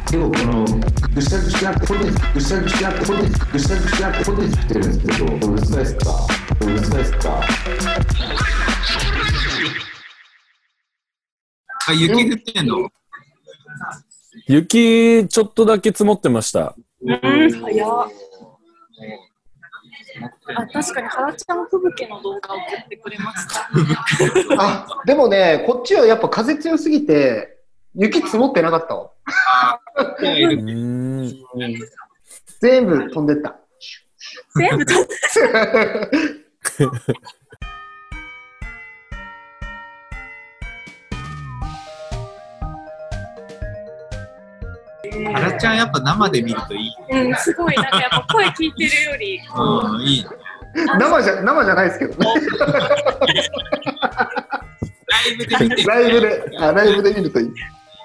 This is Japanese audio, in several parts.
結構このぐしゃぐしゃってこれでぐしゃぐしゃってこれでぐしゃぐしゃってこれで作ってるんですけど、うるさいっすか？うるさいっすか？ あ、雪降ってんの？ 雪ちょっとだけ積もってました。 早っ。あ、確かに原ちゃん吹雪の動画を送ってくれました。 あ、でもね、こっちはやっぱ風強すぎて雪積もってなかったわ。全部飛んでった。 全部飛んでった。 原ちゃんやっぱ生で見るといい。 うん、すごいなんかやっぱ声聞いてるより、 うん、いい。 生じゃないですけどね。 ライブで見てる。 ライブで見るといい。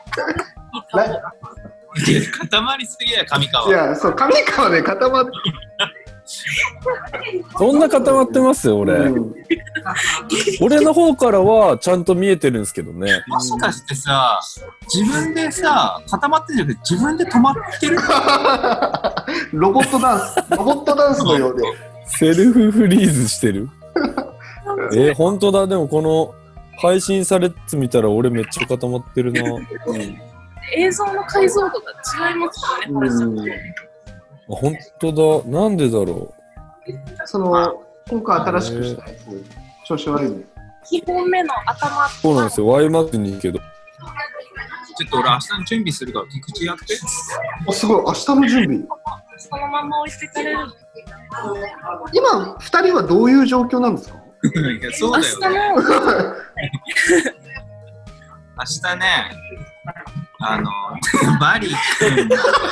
固まりすぎや上川。 いや、そう上川で固まって。 そんな固まってますよ俺。俺の方からはちゃんと見えてるんですけどね。 もしかしてさ、自分でさ固まってるんじゃなくて自分で止まってる？ ロボットダンスのようで。 セルフフリーズしてる。本当だ。でもこの配信されてみたら俺めっちゃ固まってるな。 映像の解像度が違いますよね、原ちゃんと。 本当だ。なんでだろ今回新しくしたやつ調子悪いね。 2本目の頭。 そうなんですよ。YMAX にいいけど。 ちょっと俺明日の準備するから菊池やって。 すごい、明日の準備。 そのまま置いてかれる。 今2人はどういう状況なんですか？ いやそうだよね。明日ね、バリ君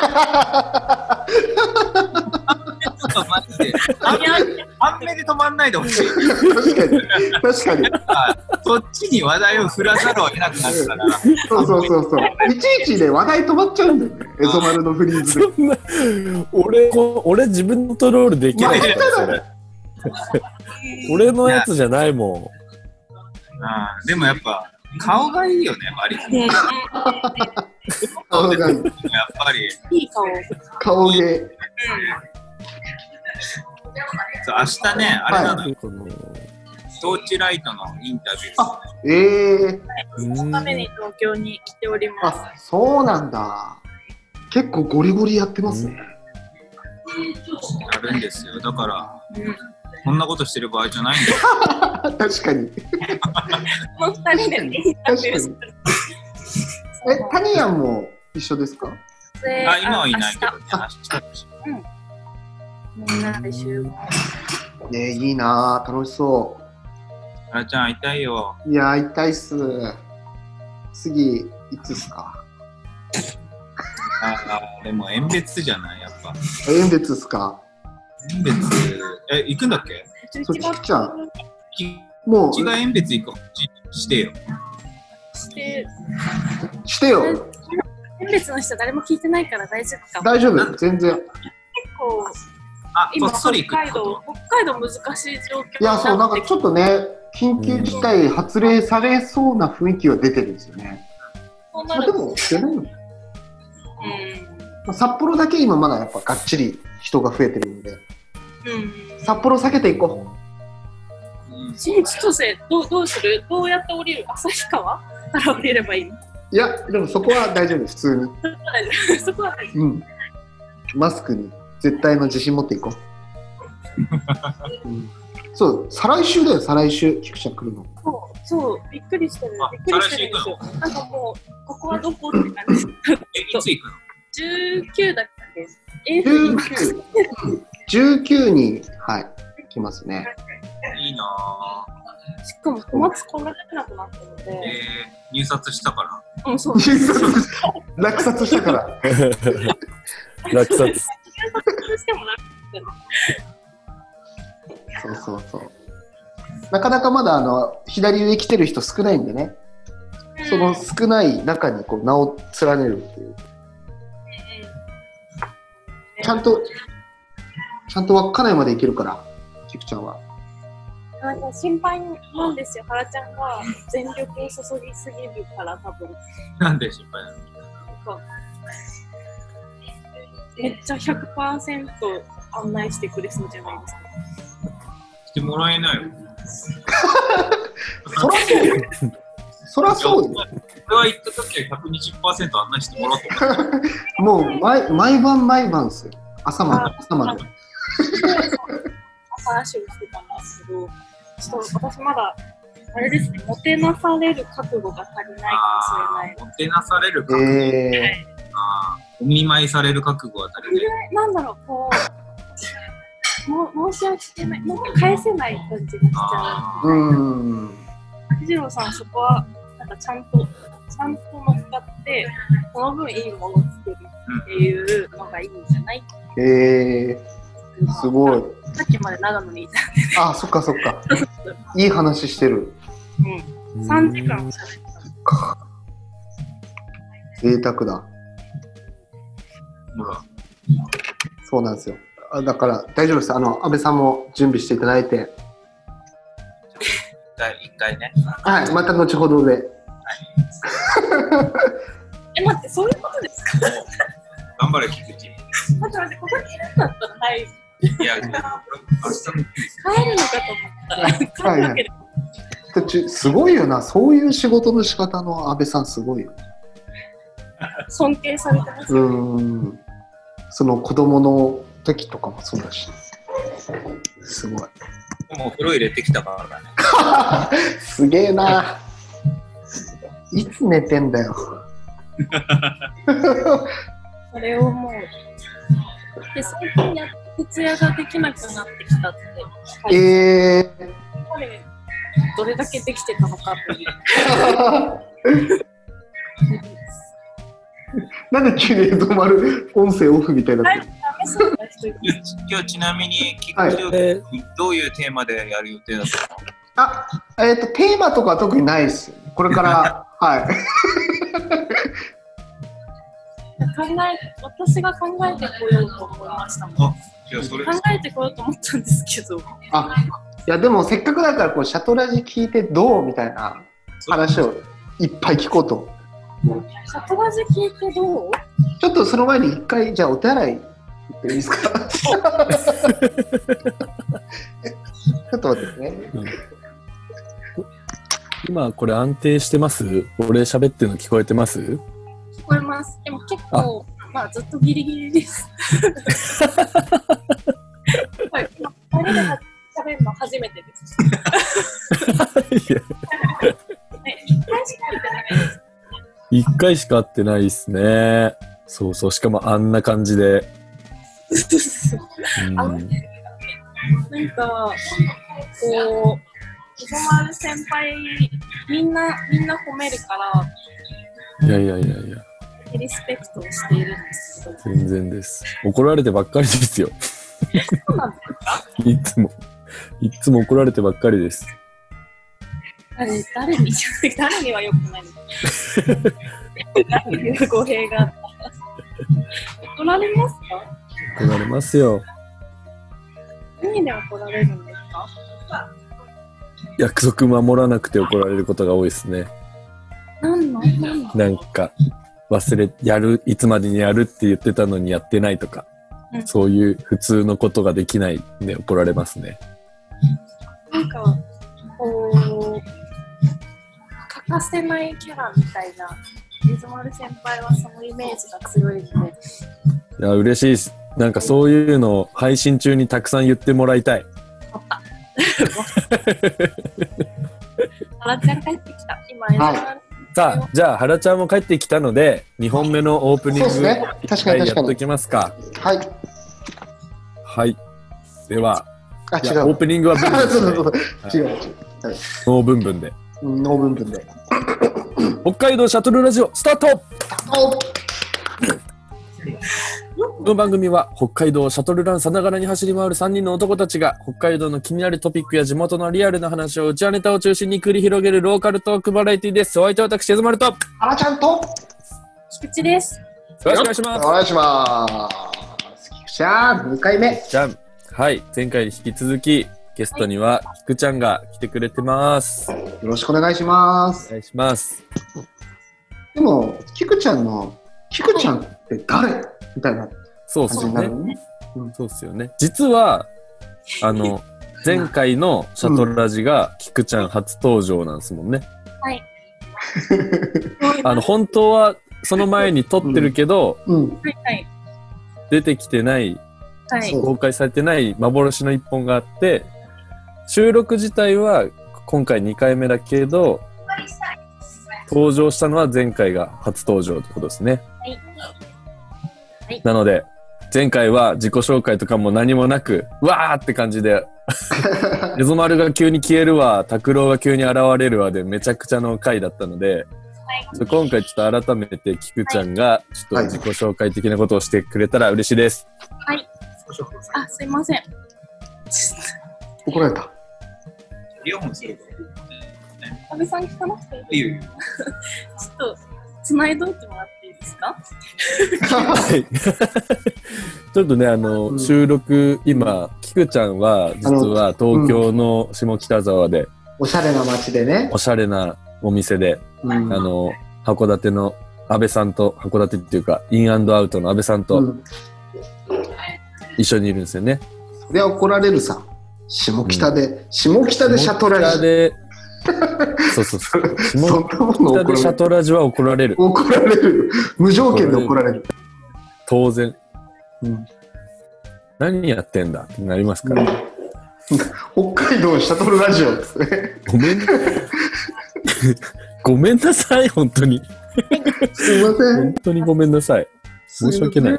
マジで半目で止まんないでほしい。 確かにそっちに話題を振らざるを得なくなるから。 そういちいちで話題止まっちゃうんだよね、エゾマルのフリーズで。 俺自分のコントロールできないからそれ。俺のやつじゃないもん。でもやっぱ顔がいいよね、バリ君。 顔がいい。やっぱりいい顔芸。 明日ね、あれなのよ。トーチライトのインタビュー。そのために東京に来ております。 あ、そうなんだ。結構ゴリゴリやってますね。 やるんですよ。だから、こんなことしてる場合じゃないんだよ。 確かに。 この2人でインタビューする。 タニヤンも一緒ですか？ 今はいないけどね。 みんなで集合。 ね、いいなぁ、楽しそう。 あらちゃん会いたいよ。 いや、会いたいっす。次、いつっすか？ でも遠別じゃない、やっぱ。 遠別っすか？ 遠別、行くんだっけ？ そう、ちきちゃん。 もう、うちが遠別行こう。してよ。 してよ。 遠別の人誰も聞いてないから大丈夫かも。 大丈夫、全然。 結構、今北海道難しい状況。 いや、そう、なんかちょっとね、緊急事態発令されそうな雰囲気は出てるんですよね。でも、出ないの。札幌だけ今まだやっぱがっちり人が増えてるんで、札幌避けていこう。新千歳どうする？どうやって降りる？旭川から降りればいいの？ いや、でもそこは大丈夫、普通に。 そこは大丈夫。 マスクに絶対の自信持っていこう。そう、再来週だよ、再来週、菊ちゃん来るの。 そう、びっくりしてる。びっくりしてるんですよ。なんかもう、ここはどこって感じ。 いつ行くの ？19だっけ ？19に、はい、来ますね。 いいなぁ。 しかも、小松来なくなったので。 入札したから。 そう。 落札したから。 落札。 そう。なかなかまだ左上来てる人少ないんでね。その少ない中にこう名を連ねるっていう。ちゃんと稚内まで行けるから、菊ちゃんは。 なんか心配なんですよ、原ちゃんが全力を注ぎすぎるから多分。 なんで心配なの？ めっちゃ 100% 案内してくれそうじゃないですか。 してもらえないよ。 そらそうよ。 俺は行った時は 120% 案内してもらおうと思って。 もう毎晩ですよ。朝まで。 話をしてたんですけど、ちょっと私まだあれですね、もてなされる覚悟が足りないかもしれない。 もてなされる覚悟。お見舞いされる覚悟は足りない。 なんだろう、こう申し訳ない、なんか返せない感じがしちゃう。藤郎さん、そこはなんかちゃんと乗っかってこの分いいものを作るっていうのがいいんじゃない？ すごい。 さっきまで長野にいたんで。 あ、そっか。いい話してる。 3時間喋った。 贅沢だ。そうなんですよ。だから大丈夫です。安倍さんも準備していただいて。 一回ね。 はい、また後ほどで。 待って、そういうことですか？ 頑張れ、菊池。 待って、ここにいるんだったら、はい。 いや、明日も帰るのかと思ったら、帰るわけで。 すごいよな、そういう仕事の仕方の安倍さん、すごいよ。 尊敬されてますよね。 その子供の時とかもそうだし、すごい。 もうお風呂入れてきたからね。 すげえな。いつ寝てんだよ。 それをもう、で、最近やっと徹夜ができなくなってきたって。どれだけできてたのかという。 なんで急に止まる音声オフみたいな。 今日ちなみにどういうテーマでやる予定だったの？ テーマとかは特にないです。これからはい。 私が考えてこようと思いましたもん。考えてこようと思ったんですけど。 いやでもせっかくだからこうシャトラジ聞いてどうみたいな話をいっぱい聞こうと。 シャトラジ聞いてどう？ ちょっとその前に一回じゃあお手洗い行っていいですか？ちょっと待ってね。 今これ安定してます？俺喋ってるの聞こえてます？ 聞こえます。でも結構まあずっとギリギリです。はい、今これで喋るの初めてです。 1回しか会ってないですね。そうそう、しかもあんな感じで。 なんかこう磯丸先輩みんな褒めるからいやリスペクトをしているんですけど全然です。怒られてばっかりですよ。 そうなんですか？ いつも怒られてばっかりです。 誰には良くないの？誰に語弊があった？怒られますか？ 怒られますよ。 何で怒られるんですか？ 約束守らなくて怒られることが多いですね。なんかいつまでにやるって言ってたのにやってないとか、そういう普通のことができないんで怒られますね。 なんかこう欠かせないキャラみたいな水丸先輩はそのイメージが強いので。 いや嬉しいです。なんかそういうのを配信中にたくさん言ってもらいたい。 原ちゃん帰ってきた。今、 さあ、じゃあ原ちゃんも帰ってきたので2本目のオープニング一回やっときますか。はい。では、オープニングはブンブンで。 違う。 ノーブンブンで。 ノーブンブンで。 北海道シャトルラジオスタート。この番組は北海道シャトルランさながらに走り回る3人の男たちが北海道の気になるトピックや地元のリアルな話をうちわネタを中心に繰り広げるローカルトークバラエティです。お相手は私、エズマルと原ちゃんと菊池です。 よろしくお願いします。 お願いします。菊ちゃん、2回目。 じゃん。はい、前回に引き続きゲストには菊ちゃんが来てくれてます。 よろしくお願いします。 お願いします。 でも菊ちゃんって誰みたいなそうっすよね。 ね。 そうっすよね。実は、前回のシャトルラジが、キクちゃん初登場なんですもんね。 はい。 本当は、その前に撮ってるけど、 はいはい。 出てきてない、 はい。 公開されてない幻の一本があって、収録自体は今回2回目だけど、登場したのは前回が初登場ってことですね。 はい。 なので、前回は自己紹介とかも何もなく、わーって感じで、エゾマルが急に消えるわ、拓郎が急に現れるわでめちゃくちゃの回だったので、今回ちょっと改めてキクちゃんがちょっと自己紹介的なことをしてくれたら嬉しいです。 はい。あ、すいません。 怒られた。 イヤホンするか安倍さん聞かなくていい？ いいよいいよ。 ちょっと繋いどいてもらっていいですか？ はい。ちょっとね、収録、今、キクちゃんは、実は東京の下北沢で、 おしゃれな街でね。 おしゃれなお店で、函館の安倍さんと、函館っていうか、インアンドアウトの安倍さんと、一緒にいるんですよね。 それは怒られるさ。下北でシャトラジ。 そう。下北でシャトラジは怒られる。 怒られる。無条件で怒られる。 当然。何やってんだってなりますから。 北海道シャトルラジオですね。 ごめんなさい、本当に。 すいません。 本当にごめんなさい。申し訳ない。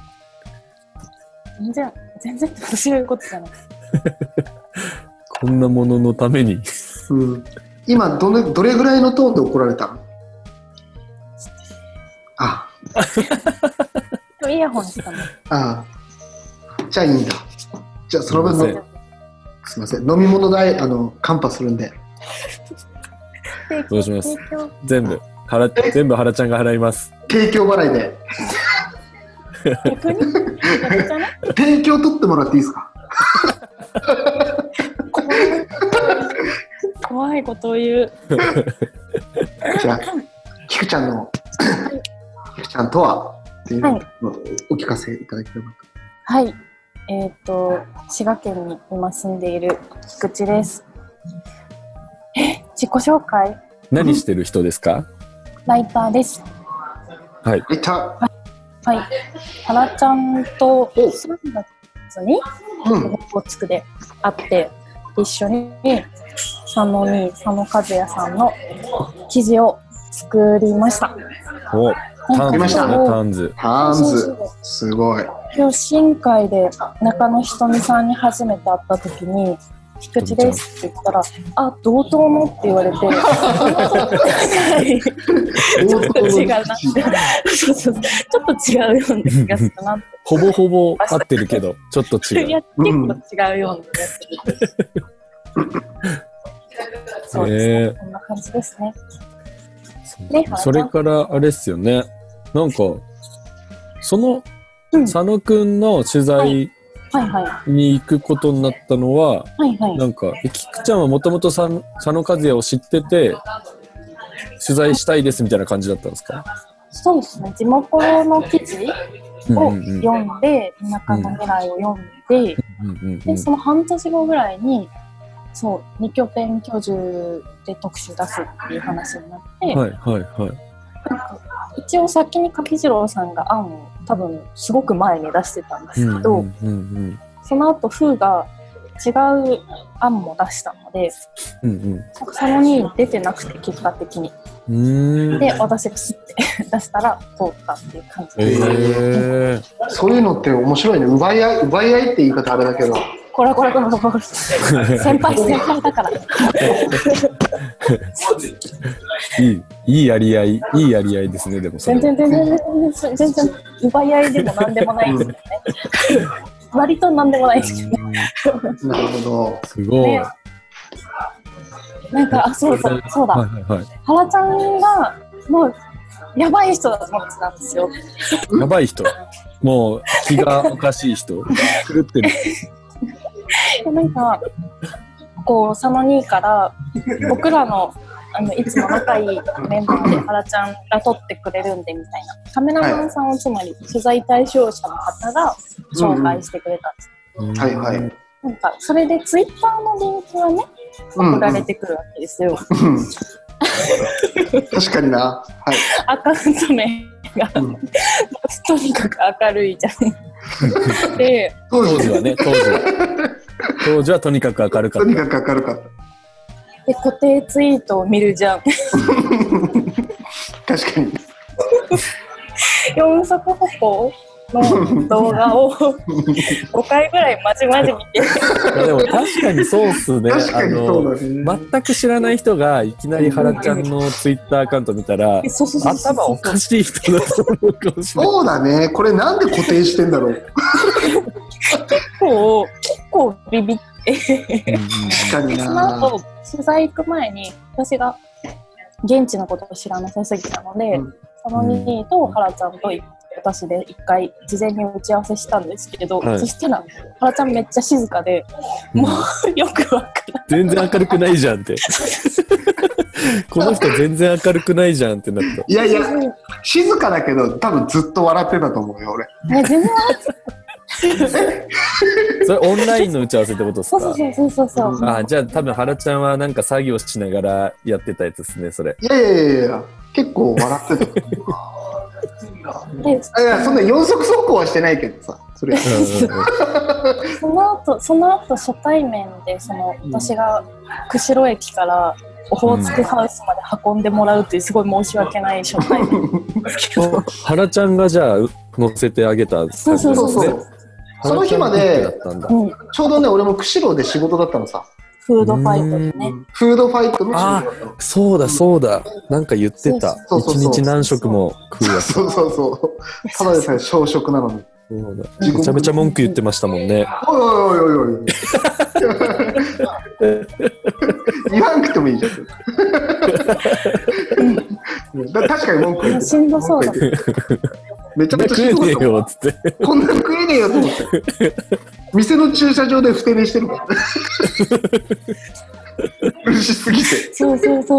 全然私が言うことじゃない。 こんなもののために。 今どれぐらいのトーンで怒られたの？あ。 イヤホンしたの。 あ。じゃあいいんだ。じゃあその分のすみません。飲み物代カンパするんで。 どうします？全部原ちゃんが払います。 提供払いで。 逆に？ 提供取ってもらっていいですか？ 怖いことを言う。 じゃあキクちゃんとはっていうのをお聞かせいただければと。 はい。滋賀県に今住んでいる菊池です。自己紹介？ 何してる人ですか？ ライターです。 はい。 はい。原ちゃんと3月に大津で会って一緒に佐野和也さんの記事を作りました。 お、ターンズ。 すごい。 今日新会で中野ひとみさんに初めて会った時に菊池ですって言ったら、あ、同等のって言われて、ちょっと違うなってちょっと違うような気がするなって。 ほぼほぼ合ってるけど、ちょっと違う。 いや、結構違うような気がする。そうですね、こんな感じですね。 それからあれっすよね。なんか、その、佐野くんの取材に行くことになったのは、なんか、菊ちゃんはもともと佐野和也を知ってて、取材したいですみたいな感じだったんですか？ そうですね。地元の記事を読んで、田舎の未来を読んで、で、その半年後ぐらいに、そう、二拠点居住で特集出すっていう話になって、なんか一応先に柿次郎さんが案を多分すごく前に出してたんですけど、その後風が違う案も出したので、そのに出てなくて結果的に。で、私がスッて出したら通ったっていう感じです。 そういうのって面白いね。奪い合いって言い方あれだけど。 これ先輩だからいいやり合いですね。でも全然奪い合いでもなんでもないですよね。割となんでもないですけどね。 なるほど。 すごい。 なんかそうだ。原ちゃんがもうやばい人だと思ってたんですよ。 やばい人。もう気がおかしい人。狂ってる。なんかこう佐野兄から僕らのいつも仲いいメンバーで原ちゃんが撮ってくれるんでみたいなカメラマンさんをつまり取材対象者の方が紹介してくれたんです。 はいはい。 なんかそれでツイッターのリンクがね送られてくるわけですよ。 確かにな。はい。 アカウント名が、とにかく明るいじゃん。で、 当時はとにかく明るかった。 とにかく明るかった。 で、固定ツイートを見るじゃん。 確かに。 四足歩行の動画を5回ぐらいまじまじ見てでも確かにそうっすね。 確かにそうだね。 全く知らない人がいきなり原ちゃんのツイッターアカウント見たら頭おかしい人だと思うかもしれない。 そうだね。これなんで固定してんだろう。 結構ビビって確かにな。 その後取材行く前に私が現地のことを知らなさすぎたので、その2と原ちゃんと私で一回事前に打ち合わせしたんですけど、そしたら原ちゃんめっちゃ静かで、もうよくわからない。全然明るくないじゃんって。この人全然明るくないじゃんってなった。 いやいや、静かだけど多分ずっと笑ってたと思うよ俺。 ね、全然笑ってそれオンラインの打ち合わせってことですか？ そう。 あ、じゃあ多分原ちゃんはなんか作業しながらやってたやつですね、それ。 いや、結構笑ってた。いや、そんな4足走行はしてないけどさ、それ。 その後初対面で私が釧路駅からオホーツクハウスまで運んでもらうっていうすごい申し訳ない初対面ですけど。 原ちゃんがじゃあ乗せてあげた感じですね。 そうその日までちょうどね俺も釧路で仕事だったのさ。 フードファイトでね。 フードファイトの仕事だったの。 そうだなんか言ってた。一日何食も食うやつ。 そうただでさえ小食なのに。 めちゃめちゃ文句言ってましたもんね。 おい言わんくてもいいじゃん。確かに文句言ってた。 しんどそうだ。 めちゃめちゃ食えねえよっつって。 こんなの食えねえよと思って。店の駐車場で不定にしてるから。苦しすぎて。 そう。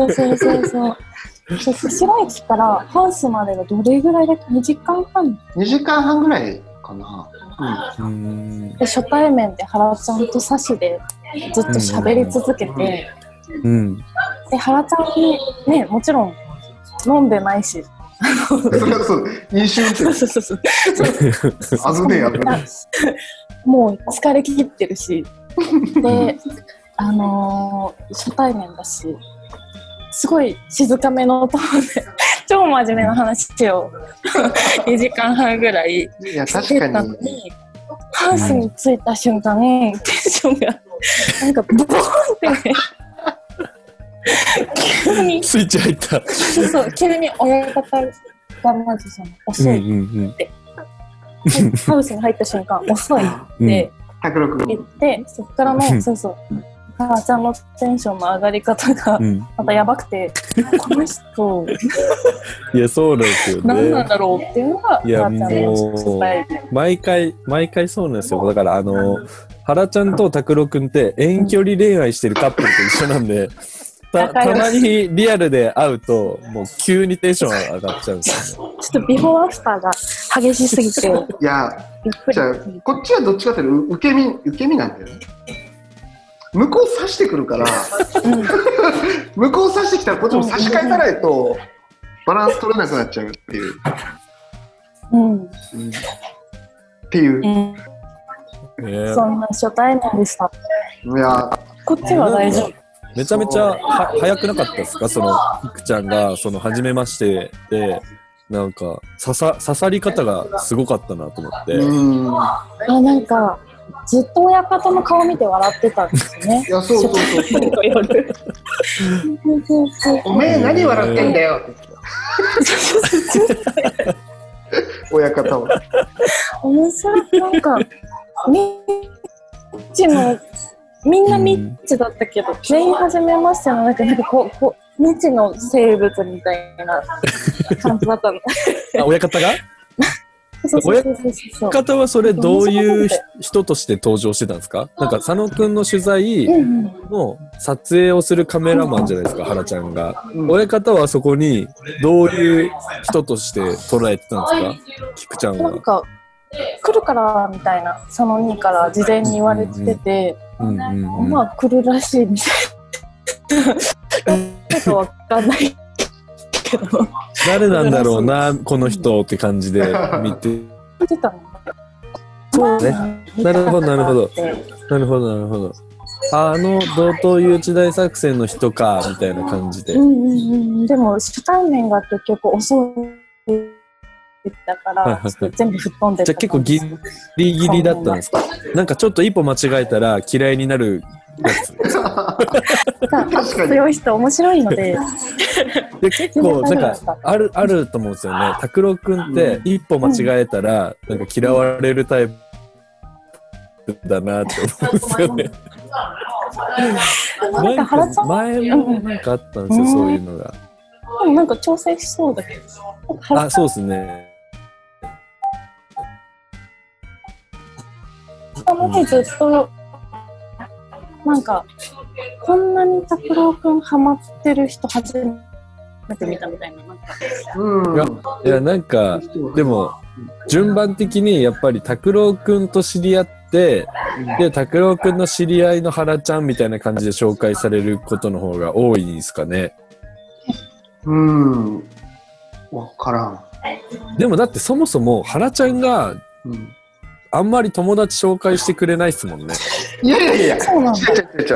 釧路駅からハウスまでがどれぐらいだっけ？2時間半 ？2時間半ぐらいかな。 で初対面で原ちゃんとサシでずっと喋り続けて、で原ちゃんにねもちろん飲んでないし。 それはそう飲酒運転。 そう危ねえ。 もう疲れ切ってるしで初対面だしすごい静かめのトーンで超真面目な話を2時間半ぐらいしてたのにハウスに着いた瞬間テンションがなんかボーンってね急にスイッチ入った。 そう急に親方がまず遅いって、ハウスに入った瞬間遅いって言ってそっからの母ちゃんのテンションの上がり方がまたやばくて、この人いやそうなんですよね。 何なんだろうっていうのがいやもう毎回そうなんですよ。だから原ちゃんと拓郎くんって遠距離恋愛してるカップルと一緒なんでたまにリアルで会うともう急にテンション上がっちゃうんですよね。 ちょっとビフォーアフターが激しすぎていやじゃあこっちはどっちかというと受け身なんだよね。向こう刺してくるから、向こう刺してきたらこっちも差し替えたないとバランス取れなくなっちゃうっていう、っていう、 そんな初対面でした。 いやこっちは大丈夫。 めちゃめちゃ早くなかったですか？そのいくちゃんが初めましてでなんか刺さり方がすごかったなと思って。 なんかずっと親方の顔見て笑ってたんですよね。 いやそうおめえ何笑ってんだよって親方は面白い。なんかみんなミッチだったけど全員初めましてのなんかこう未知の生物みたいな感じだったの。 親方が親方はそれどういう人として登場してたんですか？なんか佐野くんの取材の撮影をするカメラマンじゃないですか、原ちゃんが。親方はそこにどういう人として捉えてたんですか？菊ちゃんは。 なんか来るからみたいな、佐野にから事前に言われてて、まあ来るらしいみたいな。ちょっとわかんないけど。 誰なんだろうな、この人って感じで見て。 見てたの。 そうね。なるほど、なるほど。なるほど、なるほど。道東誘致大作戦の人か、みたいな感じで。 でも、初対面が結局遅いだから、全部吹っ飛んでた。 じゃあ結構ギリギリだったんですか？なんかちょっと一歩間違えたら嫌いになるやつ。 強い人面白いので。 で結構なんかあると思うんですよね。拓郎くんって一歩間違えたらなんか嫌われるタイプだなって思うんですよね。なんか前もなんかあったんですよ、そういうのが。 でもなんか調整しそうだけど。 あ、そうですね。 ずっとなんかこんなに拓郎くんハマってる人初めて見たみたいな。 いやなんかでも順番的にやっぱり拓郎くんと知り合って、で拓郎くんの知り合いの原ちゃんみたいな感じで紹介されることの方が多いんですかね。 わからん。 でもだってそもそも原ちゃんがあんまり友達紹介してくれないっすもんね。 いや、違う。だって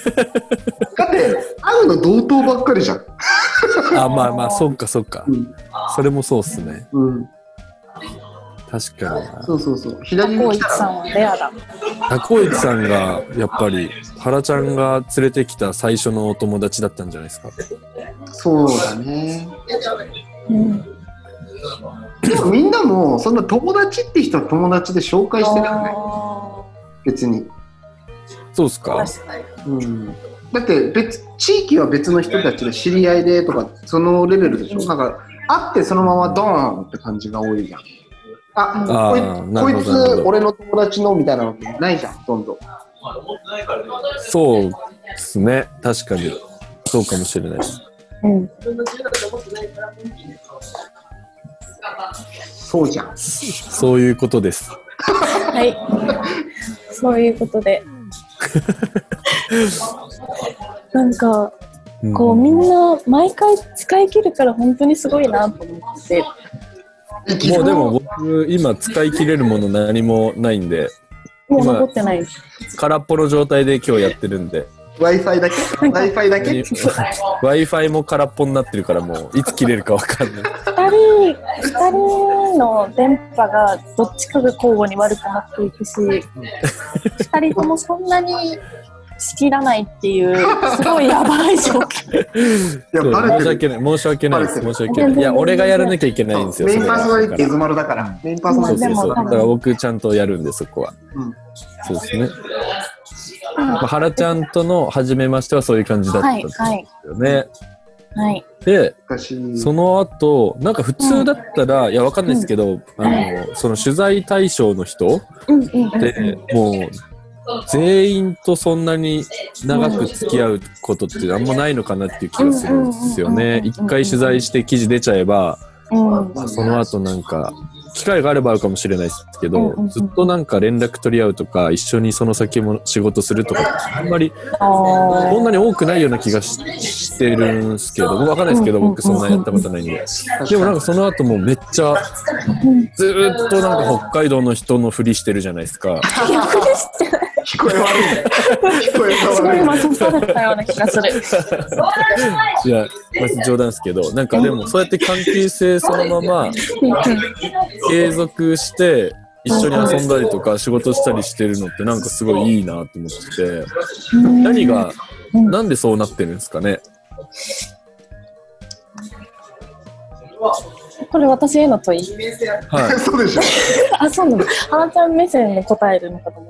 会うの同等ばっかりじゃん。 まあそっか、それもそうっすね。確かにな。 そう左に来たらさんはレアだ。 高市さんがやっぱり原ちゃんが連れてきた最初のお友達だったんじゃないですか。 そうだね。でもみんなもそんな友達って人は友達で紹介してるよね。別に。 そうっすか。 だって地域は別の人たちで知り合いでとかそのレベルでしょ。なんか会ってそのままドーンって感じが多いじゃん。こいつ俺の友達のみたいなのってないじゃん、ほとんど。 そうですね、確かにそうかもしれないです。 そうじゃん。 そういうことです。 はい。そういうことで。なんかこうみんな毎回使い切るから本当にすごいなと思って。 もうでも僕今使い切れるもの何もないんで、 もう残ってないです。 空っぽの状態で今日やってるんで。 Wi-Fi だけ ?Wi-Fi だけ Wi-Fi も空っぽになってるからもういつ切れるかわかんない。 2人の電波がどっちかが交互に悪くなっていくし、2人ともそんなに仕切らないっていうすごいやばい状況。 申し訳ない。いや俺がやらなきゃいけないんですよ。 メインパーソナリティズマルだから。メインパーソナリティそうだから僕ちゃんとやるんでそこは。そうですね。原ちゃんとの初めましてはそういう感じだったんですよね。で、その後なんか普通だったらいやわかんないですけど、その取材対象の人ってもう全員とそんなに長く付き合うことってあんまないのかなっていう気がするんですよね。一回取材して記事出ちゃえば、その後なんか機会があればあるかもしれないですけど、ずっとなんか連絡取り合うとか一緒にその先も仕事するとかあんまりそんなに多くないような気がしてるんですけど、わかんないですけど僕そんなやったことないんで。でもなんかその後もめっちゃずっとなんか北海道の人のふりしてるじゃないですか。 聞こえ悪い。聞こえ悪い。 すごい今刺されたような気がする。 いや、冗談ですけど、なんかでもそうやって関係性そのまま継続して一緒に遊んだりとか仕事したりしてるのってなんかすごいいいなと思ってて、なんでそうなってるんですかね。 これ私への問い。 はい。 そうでしょ。 そうなの。花ちゃん目線で答えるのかと思った。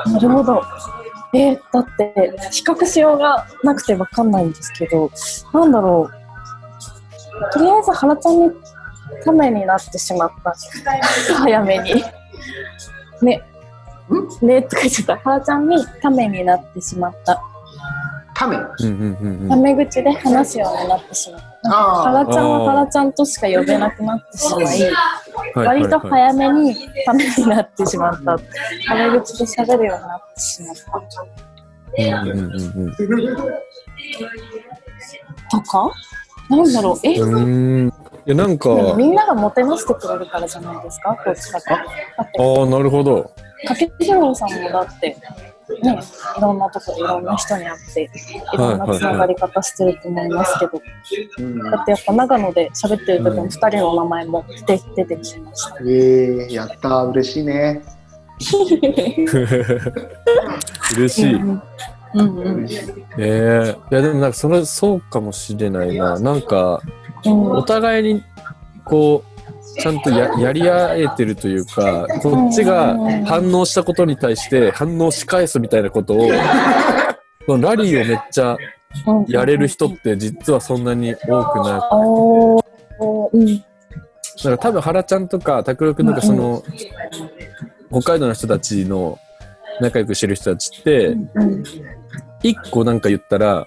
なるほど。だって比較しようがなくてわかんないんですけど、なんだろう。とりあえず花ちゃんにためになってしまった。早めに。ねとか言っちゃった。はらちゃんにためになってしまった。 ため。 タメ口で話すようになってしまった。はらちゃんははらちゃんとしか呼べなくなってしまい、割と早めにためになってしまった。タメ口で喋るようになってしまった。とかなんだろう。 いやなんかみんながもてなしてくれるからじゃないですか、こっちかって。 ああ、なるほど。 かけじろうさんもだってね、いろんなとこでいろんな人に会っていろんなつながり方してると思いますけど、だってやっぱ長野で喋ってる時も2人の名前も出てきました。 やったー、嬉しいね。 嬉しい。いやでもなんかそうかもしれないな。なんかお互いにこうちゃんと やり合えてるというか、こっちが反応したことに対して反応し返すみたいなことをそのラリーをめっちゃやれる人って実はそんなに多くなく、だから多分原ちゃんとか拓郎くんとかその北海道の人たちの仲良くしてる人たちって一個なんか言ったら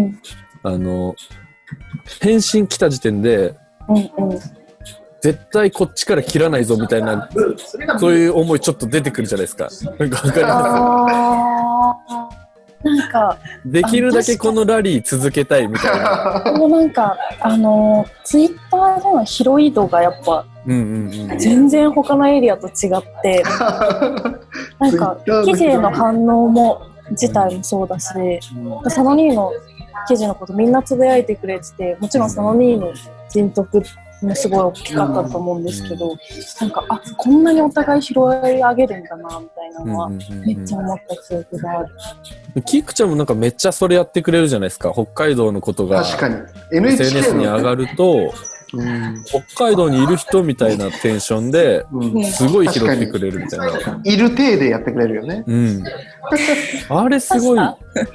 返信来た時点で絶対こっちから切らないぞみたいな、そういう思いちょっと出てくるじゃないですか。なんかわかります？ なんかできるだけこのラリー続けたいみたいな。 もうなんかツイッターでの拾い度がやっぱ全然他のエリアと違って、なんか記事への反応も自体もそうだし、佐野兄の記事のことみんなつぶやいてくれてて、もちろん佐野兄の人徳もすごい大きかったと思うんですけど、なんかこんなにお互い拾い上げるんだなみたいなのはめっちゃ思った記憶がある。 キクちゃんもなんかめっちゃそれやってくれるじゃないですか。北海道のことが SNS に上がると、北海道にいる人みたいなテンションですごい拾ってくれるみたいな。 いる体でやってくれるよね。 あれすごい。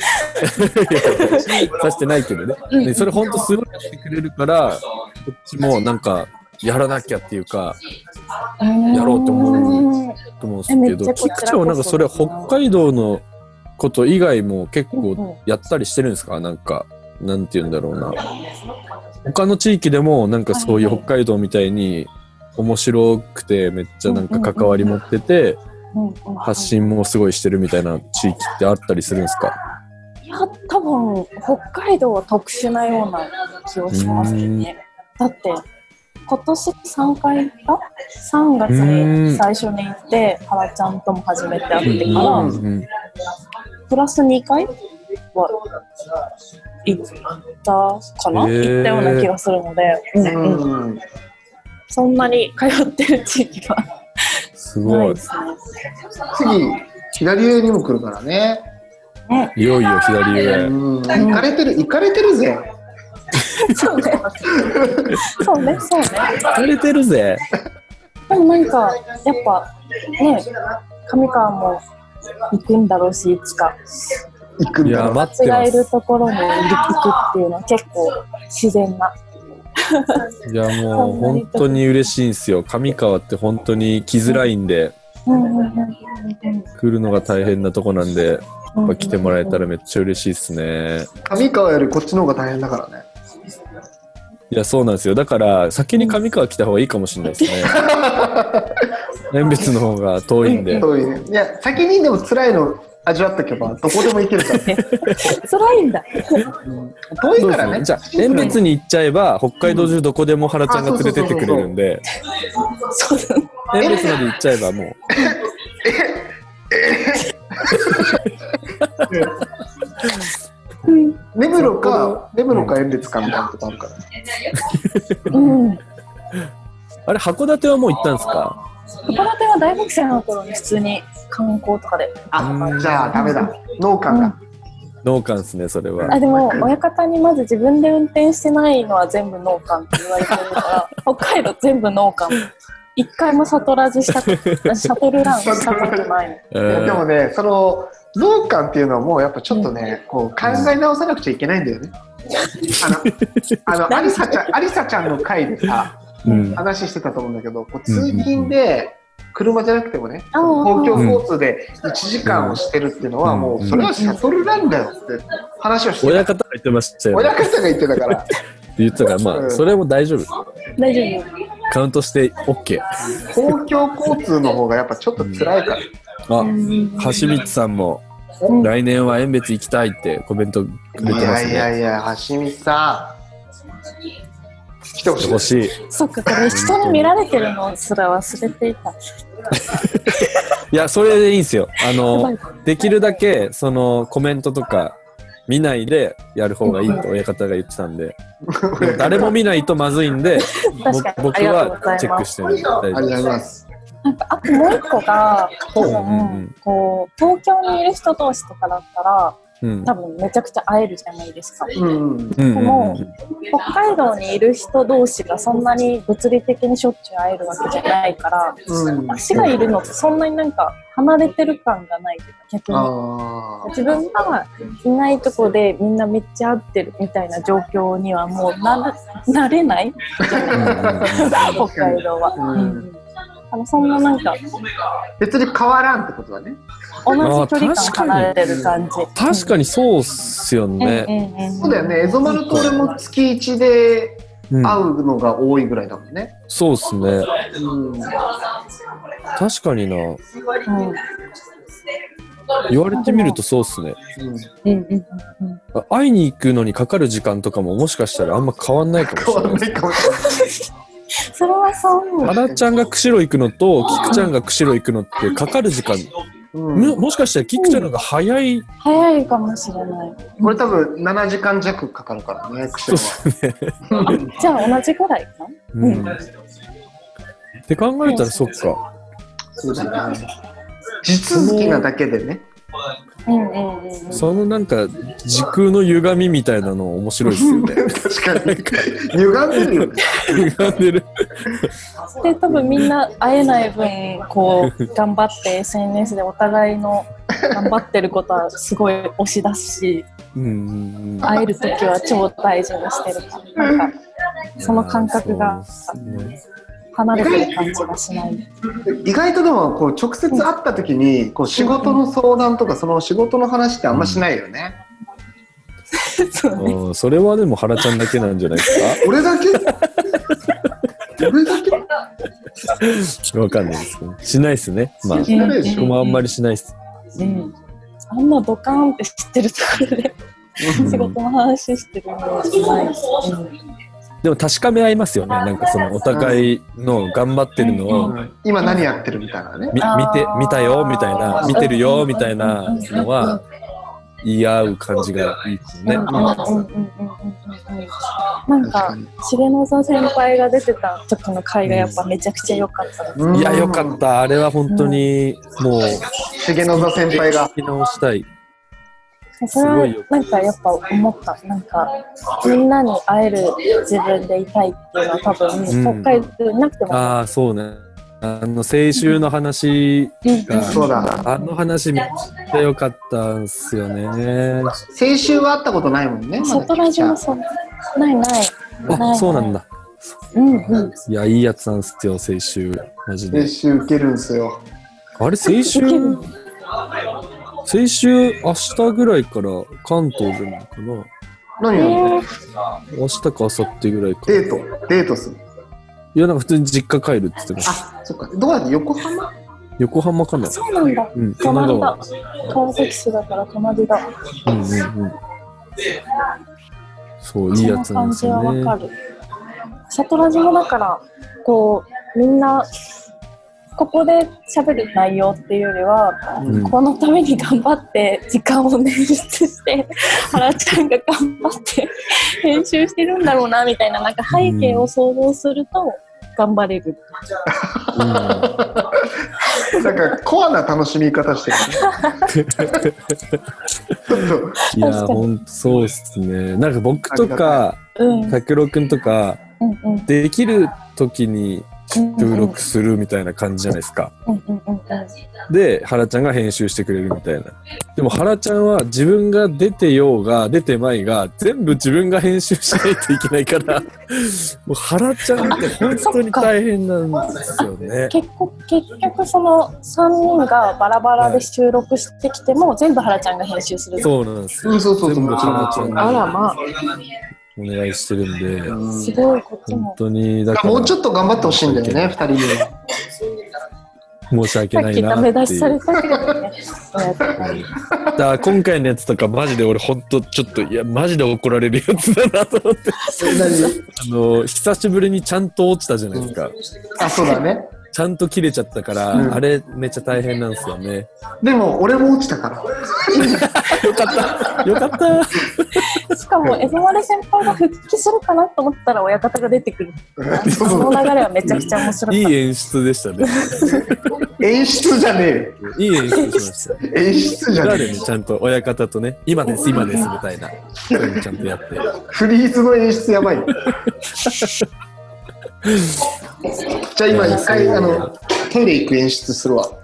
さしてないけどね。それほんとすごいやってくれるから、こっちもなんかやらなきゃっていうか、やろうと思うと思うんですけど、キクちゃんはなんかそれ北海道のこと以外も結構やったりしてるんですか？なんか、なんて言うんだろうな。他の地域でもなんかそういう北海道みたいに面白くてめっちゃなんか関わり持ってて発信もすごいしてるみたいな地域ってあったりするんですか？ いや、多分北海道は特殊なような気がしますね。だって今年3回行った ?3 月に最初に行って原ちゃんとも初めて会ってからプラス2回は行ったかな、行ったような気がするので、そんなに通ってる地域はすごいですね。 次左上にも来るからね。 いよいよ左上。 行かれてるぜ。 そうね。 行かれてるぜ。 でもなんかやっぱね、上川も行くんだろうし、いつか。 いや、待ってます。 がいるところに行くっていうのは結構自然な。 いやもう本当に嬉しいんですよ。上川って本当に来づらいんで、来るのが大変なとこなんで、来てもらえたらめっちゃ嬉しいですね。 上川よりこっちの方が大変だからね。 いやそうなんですよ。だから先に上川来た方がいいかもしれないですね。遠別の方が遠いんで。 遠いね。いや先にでも辛いの味わっとけばどこでも行けるから。 辛いんだ。 遠いからね。 じゃあ遠別に行っちゃえば北海道中どこでも原ちゃんが連れてってくれるんで。遠別まで行っちゃえばもう。 根室か遠別かみたいなとこあるから。 あれ函館はもう行ったんですか？ 函館は大学生の頃に普通に観光とかで。 じゃあダメだ。農家だ。 農家ですね、それは。 でも親方にまず自分で運転してないのは全部農家って言われてるから北海道全部農家。一回もシャトラジしたことシャトルランしたことない。 でもね、その農家っていうのはもうやっぱちょっとね、こう考え直さなくちゃいけないんだよね。アリサちゃんの回でさ、 話してたと思うんだけど、こう通勤で車じゃなくてもね、公共交通で1時間をしてるっていうのは、もうそれはシャトルランだよって話をしてた。 親方が言ってましたよ。 親方が言ってたから。 言ってたから、まあ、それも大丈夫。 大丈夫。 カウントして OK。 公共交通の方がやっぱちょっと辛いから。 あ、橋光さんも、来年は遠別行きたいってコメントくれてますね。 いや、橋光さん。来てほしい。 そっか、これ人に見られてるのすら忘れていた。 いや、それでいいんですよ。できるだけ、そのコメントとか見ないでやる方がいいと親方が言ってたんで。でも誰も見ないとまずいんで、僕はチェックしてるんで大丈夫です。 ありがとうございます。 なんかあともう一個が、多分、こう、東京にいる人同士とかだったら、多分めちゃくちゃ会えるじゃないですか。でも、北海道にいる人同士がそんなに物理的にしょっちゅう会えるわけじゃないから、私がいるのってそんなになんか離れてる感がないというか、逆に。自分がいないとこでみんなめっちゃ会ってるみたいな状況にはもうなれない北海道は。そんななんか別に変わらんってことだね。 同じ距離感離れてる感じ。 確かにそうっすよね。 そうだよね。エゾマルと俺も月1で会うのが多いぐらいだもんね。 そうっすね。確かにな。言われてみるとそうっすね。会いに行くのにかかる時間とかももしかしたらあんま変わんないかもしれない。 それはそう。 あらちゃんが釧路行くのとキクちゃんが釧路行くのってかかる時間、もしかしたらキクちゃんの方が早いかもしれない。 これ多分7時間弱かかるからね、釧路は。 じゃあ同じぐらいかな。 って考えたらそっか。 そうだね。地続きなだけでね。 そのなんか時空の歪みみたいなの面白いですよね。 確かに歪んでるよね。 歪んでる。 で多分みんな会えない分こう頑張って SNS でお互いの頑張ってることはすごい押し出すし、会える時は超大事にしてるから、なんかその感覚が離れてる感じがしない。 意外とでもこう直接会った時にこう仕事の相談とかその仕事の話ってあんましないよね。 それはでも原ちゃんだけなんじゃないですか。 俺だけ俺だけわかんないですけどしないっすね。まあ僕もあんまりしないっす。 あんなドカーンって知ってるところで仕事の話してるのはしないです。 でも確かめ合いますよね。なんかそのお互いの頑張ってるのを今何やってるみたいなね。 見たよみたいな、見てるよみたいなのは言い合う感じがいいですね。 なんか重野座先輩が出てた時の回がやっぱめちゃくちゃ良かったです。 いや良かった。あれは本当にもう重野座先輩が聞き直したい。 それはなんかやっぱ思った。なんかみんなに会える自分でいたいっていうのは多分北海道になくても、 ああそうね。青春の話が、 そうだ。 あの話めっちゃ良かったんすよね。 青春は会ったことないもんね。 外ラジもそうない。 あ、そうなんだ。いやいいやつなんすよ青春マジで。 青春受けるんすよ。 あれ青春明日ぐらいから関東じゃないかな。 何やるの？ 明日か明後日ぐらいか。 デートする。 いやなんか普通に実家帰るって言ってました。 あ、そっか。どうやって横浜かな。 そうなんだ。隣だ。川崎市だから隣だ。 そういいやつなんですよね。その感じはわかる。 里ラジもだからこうみんなここで喋る内容っていうよりは、このために頑張って時間を捻出して原ちゃんが頑張って編集してるんだろうなみたいな、なんか背景を想像すると頑張れる。 なんかコアな楽しみ方してるね。 いやほんとそうっすね。なんか僕とか拓郎くんとか、できる時に収録するみたいな感じじゃないですか。で、原ちゃんが編集してくれるみたいな。でも原ちゃんは自分が出てようが出てまいが全部自分が編集しないといけないからもう原ちゃんって本当に大変なんですよね。 結局その3人がバラバラで収録してきても、全部原ちゃんが編集する。 そうなんですよ。 そう全部原ちゃんあらまあ。 お願いしてるんで、 すごいこっちも本当にだからもうちょっと頑張ってほしいんだよね、2人には。 申し訳さっきないなダメ出しさっていう。 れたけどね。 だから今回のやつとかマジで俺本当ちょっといやマジで怒られるやつだなと思って久しぶりにちゃんと落ちたじゃないですか。 あ、そうだね。 ちゃんと切れちゃったから、あれめっちゃ大変なんですよね。 でも俺も落ちたから。 よかったよかったしかもエゾマル先輩が復帰するかなと思ったら親方が出てくる。その流れはめちゃくちゃ面白かった。 いい演出でしたね。 演出じゃねえよ。 いい演出しました。 演出じゃねえよ。 ちゃんと親方とね、今です今ですみたいな、そういうのちゃんとやって。 フリーズの演出やばいよ。じゃあ今一回トイレ行く演出するわ。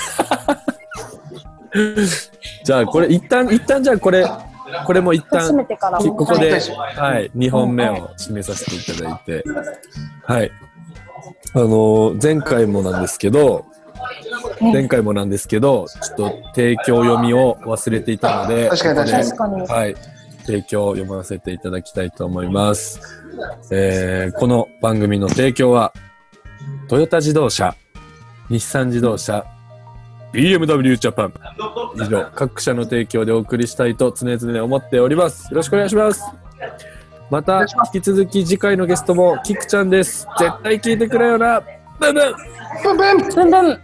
じゃあこれ一旦じゃあこれも一旦閉めてからここで、 はいはい、2本目を締めさせていただいて、はい前回もなんですけどちょっと提供読みを忘れていたので、 確かに確かに。 はい、提供を読ませていただきたいと思います。この番組の提供はトヨタ自動車、日産自動車、BMW ジャパン以上各社の提供でお送りしたいと常々思っております。よろしくお願いします。また引き続き次回のゲストもキクちゃんです。絶対聞いてくれよな。ブンブンブンブンブンブン。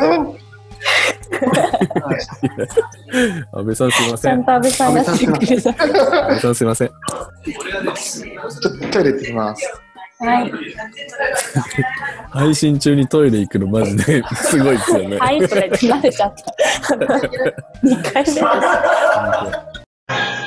安倍さんすいまちせん。 ゃんと安倍さんがしてくれた。 安倍さんすいません。 ちょっとトイレ行ってきます。 はい。 配信中にトイレ行くのマジですごいですよね。 はい、それで慣れちゃった。2回目です。